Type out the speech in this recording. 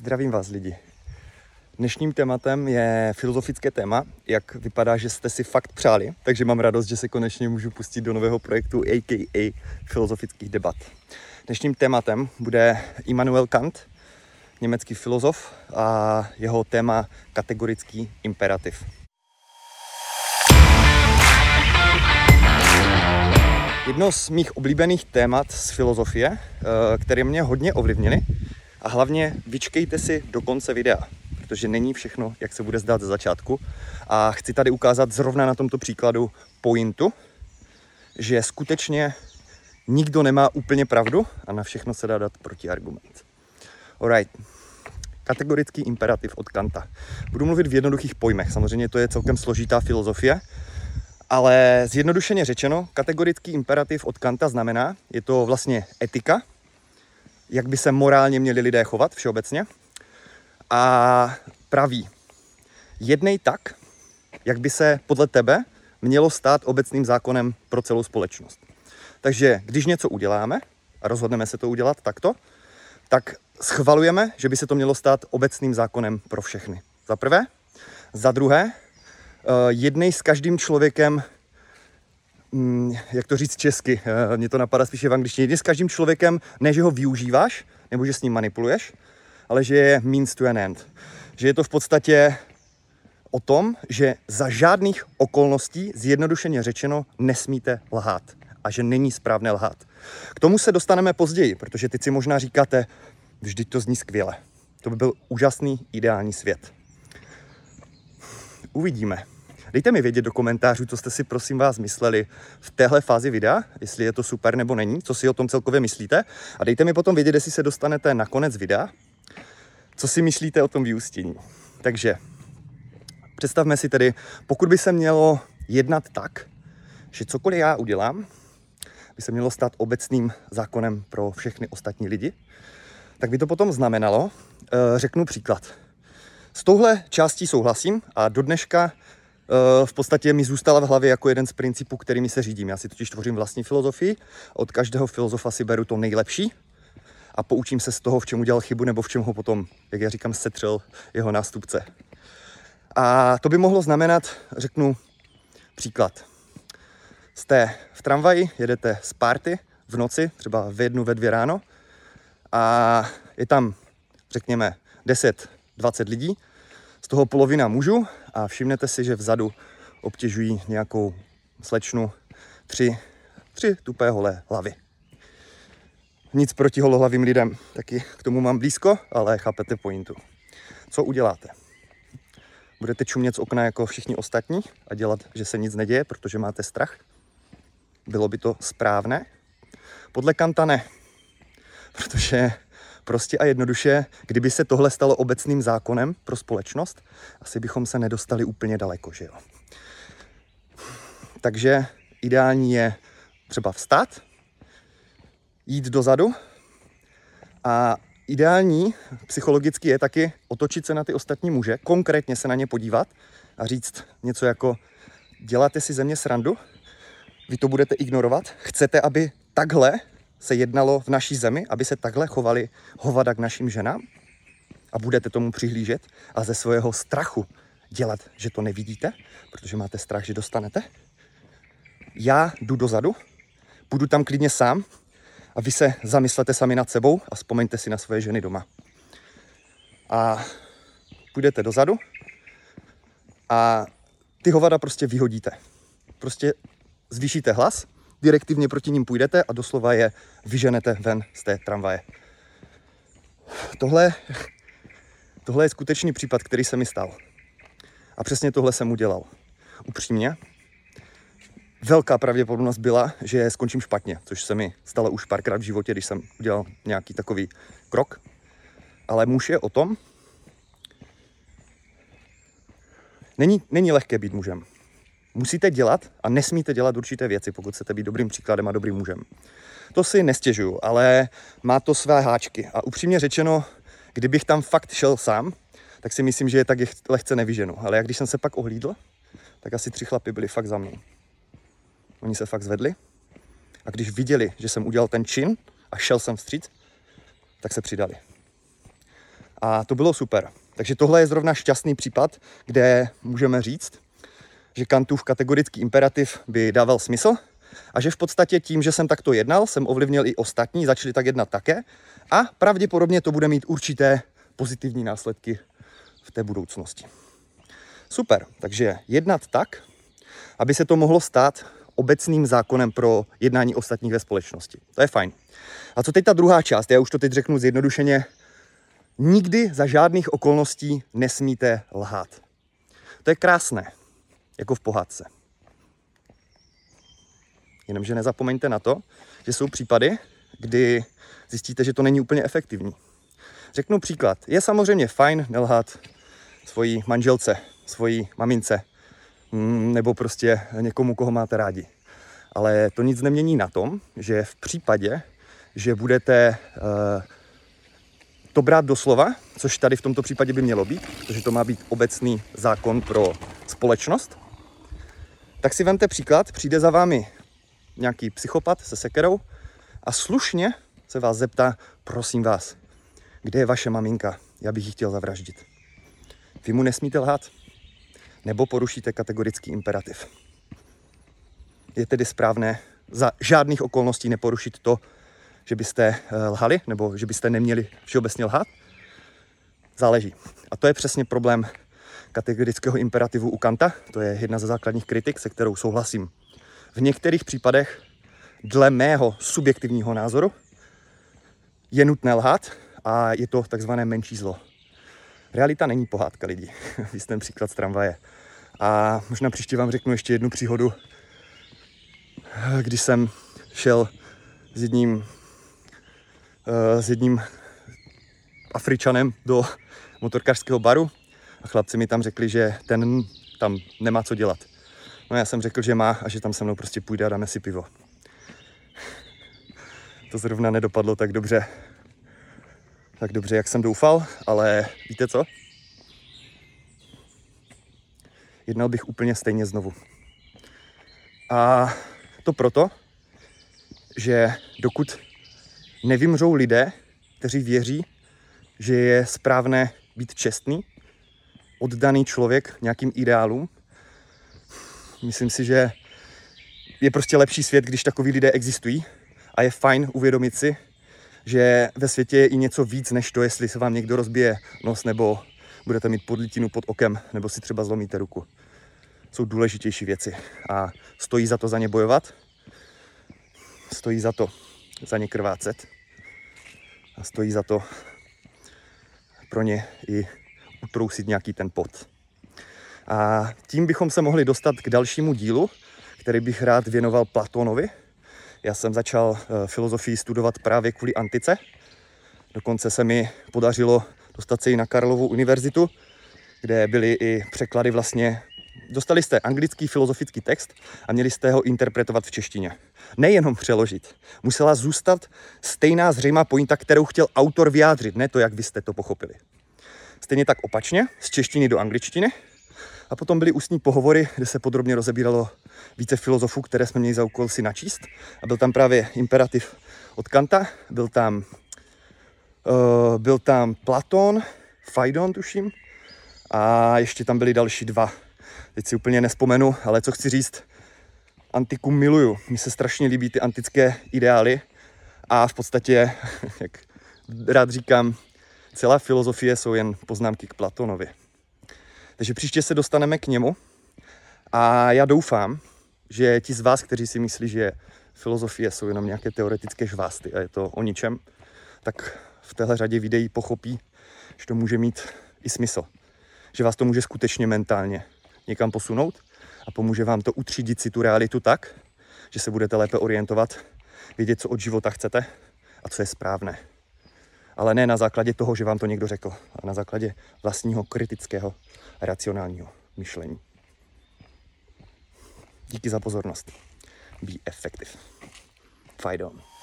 Zdravím vás lidi. Dnešním tématem je filozofické téma, jak vypadá, že jste si fakt přáli, takže mám radost, že se konečně můžu pustit do nového projektu a.k.a. filozofických debat. Dnešním tématem bude Immanuel Kant, německý filozof, a jeho téma kategorický imperativ. Jedno z mých oblíbených témat z filozofie, které mě hodně ovlivnily, a hlavně vyčkejte si do konce videa, protože není všechno, jak se bude zdát ze začátku. A chci tady ukázat zrovna na tomto příkladu pointu, že skutečně nikdo nemá úplně pravdu a na všechno se dá dát protiargument. Alright. Kategorický imperativ od Kanta. Budu mluvit v jednoduchých pojmech, samozřejmě to je celkem složitá filozofie, ale zjednodušeně řečeno, kategorický imperativ od Kanta znamená, je to vlastně etika, jak by se morálně měli lidé chovat všeobecně, a praví: jednej tak, jak by se podle tebe mělo stát obecným zákonem pro celou společnost. Takže když něco uděláme a rozhodneme se to udělat takto, tak schvalujeme, že by se to mělo stát obecným zákonem pro všechny. Za prvé. Za druhé, jednej s každým člověkem, jak to říct česky, mně to napadá spíše v angličtině, jednej s každým člověkem, ne že ho využíváš, nebo že s ním manipuluješ, ale že je means to an end. Že je to v podstatě o tom, že za žádných okolností, zjednodušeně řečeno, nesmíte lhát. A že není správné lhát. K tomu se dostaneme později, protože teď si možná říkáte, vždyť to zní skvěle. To by byl úžasný, ideální svět. Uvidíme. Dejte mi vědět do komentářů, co jste si prosím vás mysleli v téhle fázi videa, jestli je to super nebo není, co si o tom celkově myslíte. A dejte mi potom vědět, jestli se dostanete na konec videa, co si myslíte o tom vyústění. Takže představme si tedy, pokud by se mělo jednat tak, že cokoliv já udělám, by se mělo stát obecným zákonem pro všechny ostatní lidi, tak by to potom znamenalo, řeknu příklad. S touhle částí souhlasím a do dneška v podstatě mi zůstala v hlavě jako jeden z principů, kterými se řídím. Já si totiž tvořím vlastní filozofii, od každého filozofa si beru to nejlepší a poučím se z toho, v čem udělal chybu nebo v čem ho potom, jak já říkám, setřel jeho nástupce. A to by mohlo znamenat, řeknu příklad. Jste v tramvaji, jedete z party v noci, třeba v 1, ve 2 ráno, a je tam, řekněme, 10-20 lidí, z toho polovina mužů, a všimnete si, že vzadu obtěžují nějakou slečnu 3 tupé holé hlavy. Nic proti holohlavým lidem, taky k tomu mám blízko, ale chápete pointu. Co uděláte? Budete čumět z okna jako všichni ostatní a dělat, že se nic neděje, protože máte strach? Bylo by to správné? Podle Kanta ne. Protože prostě a jednoduše, kdyby se tohle stalo obecným zákonem pro společnost, asi bychom se nedostali úplně daleko, že jo? Takže ideální je třeba vstát, jít dozadu, a ideální psychologicky je taky otočit se na ty ostatní muže, konkrétně se na ně podívat a říct něco jako: děláte si ze mě srandu? Vy to budete ignorovat? Chcete, aby takhle se jednalo v naší zemi, aby se takhle chovali hovada k našim ženám? A budete tomu přihlížet a ze svého strachu dělat, že to nevidíte, protože máte strach, že dostanete? Já jdu dozadu, budu tam klidně sám a vy se zamyslete sami nad sebou a vzpomeňte si na svoje ženy doma. A půjdete dozadu a ty hovada prostě vyhodíte. Prostě zvýšíte hlas, direktivně proti ním půjdete a doslova je vyženete ven z té tramvaje. Tohle je skutečný případ, který se mi stal. A přesně tohle jsem udělal. Upřímně. Velká pravděpodobnost byla, že skončím špatně, což se mi stalo už párkrát v životě, když jsem udělal nějaký takový krok. Ale muž je o tom, není lehké být mužem. Musíte dělat a nesmíte dělat určité věci, pokud chcete být dobrým příkladem a dobrým mužem. To si nestěžuju, ale má to své háčky. A upřímně řečeno, kdybych tam fakt šel sám, tak si myslím, že je tak lehce nevyženu. Ale jak když jsem se pak ohlídl, tak asi 3 chlapi byli fakt za mnou. Oni se fakt zvedli a když viděli, že jsem udělal ten čin a šel jsem vstříc, tak se přidali. A to bylo super. Takže tohle je zrovna šťastný případ, kde můžeme říct, že Kantův kategorický imperativ by dával smysl a že v podstatě tím, že jsem takto jednal, jsem ovlivnil i ostatní, začali tak jednat také a pravděpodobně to bude mít určité pozitivní následky v té budoucnosti. Super, takže jednat tak, aby se to mohlo stát obecným zákonem pro jednání ostatních ve společnosti. To je fajn. A co teď ta druhá část? Já už to teď řeknu zjednodušeně. Nikdy za žádných okolností nesmíte lhát. To je krásné, jako v pohádce. Jenomže nezapomeňte na to, že jsou případy, kdy zjistíte, že to není úplně efektivní. Řeknu příklad. Je samozřejmě fajn nelhat svojí manželce, svojí mamince, nebo prostě někomu, koho máte rádi. Ale to nic nemění na tom, že v případě, že budete to brát doslova, což tady v tomto případě by mělo být, protože to má být obecný zákon pro společnost, tak si vemte příklad, přijde za vámi nějaký psychopat se sekerou a slušně se vás zeptá, prosím vás, kde je vaše maminka, já bych ji chtěl zavraždit. Vy mu nesmíte lhát, nebo porušíte kategorický imperativ. Je tedy správné za žádných okolností neporušit to, že byste lhali, nebo že byste neměli všeobecně lhát? Záleží. A to je přesně problém kategorického imperativu u Kanta. To je jedna ze základních kritik, se kterou souhlasím. V některých případech, dle mého subjektivního názoru, je nutné lhát a je to takzvané menší zlo. Realita není pohádka, lidi. Víš ten příklad z tramvaje. A možná příště vám řeknu ještě jednu příhodu, když jsem šel s jedním Afričanem do motorkářského baru a chlapci mi tam řekli, že ten tam nemá co dělat. No já jsem řekl, že má a že tam se mnou prostě půjde a dáme si pivo. To zrovna nedopadlo tak dobře, jak jsem doufal, ale víte co? Jednal bych úplně stejně znovu. A to proto, že dokud nevymřou lidé, kteří věří, že je správné být čestný, oddaný člověk nějakým ideálům, myslím si, že je prostě lepší svět, když takoví lidé existují a je fajn uvědomit si, že ve světě je i něco víc než to, jestli se vám někdo rozbije nos nebo budete mít podlitinu pod okem nebo si třeba zlomíte ruku. Jsou důležitější věci a stojí za to za ně bojovat, stojí za to za ně krvácet a stojí za to pro ně i utrousit nějaký ten pot. A tím bychom se mohli dostat k dalšímu dílu, který bych rád věnoval Platónovi. Já jsem začal filozofii studovat právě kvůli antice. Dokonce se mi podařilo dostat se i na Karlovu univerzitu, kde byly i překlady vlastně. Dostali jste anglický filozofický text a měli jste ho interpretovat v češtině. Nejenom přeložit. Musela zůstat stejná zřejmá pointa, kterou chtěl autor vyjádřit, ne to, jak vy jste to pochopili. Stejně tak opačně, z češtiny do angličtiny. A potom byly ústní pohovory, kde se podrobně rozebíralo více filozofů, které jsme měli za úkol si načíst. A byl tam právě imperativ od Kanta, byl tam Platón, Fajdon tuším, a ještě tam byly další dva. Teď si úplně nespomenu, ale co chci říct, antiku miluju. Mně se strašně líbí ty antické ideály a v podstatě, jak rád říkám, celá filozofie jsou jen poznámky k Platónovi. Takže příště se dostaneme k němu a já doufám, že ti z vás, kteří si myslí, že filozofie jsou jenom nějaké teoretické žvásty a je to o ničem, tak v téhle řadě videí pochopí, že to může mít i smysl. Že vás to může skutečně mentálně někam posunout a pomůže vám to utřídit si tu realitu tak, že se budete lépe orientovat, vědět, co od života chcete a co je správné. Ale ne na základě toho, že vám to někdo řekl, ale na základě vlastního kritického a racionálního myšlení. Díky za pozornost. Be effective. Fight on.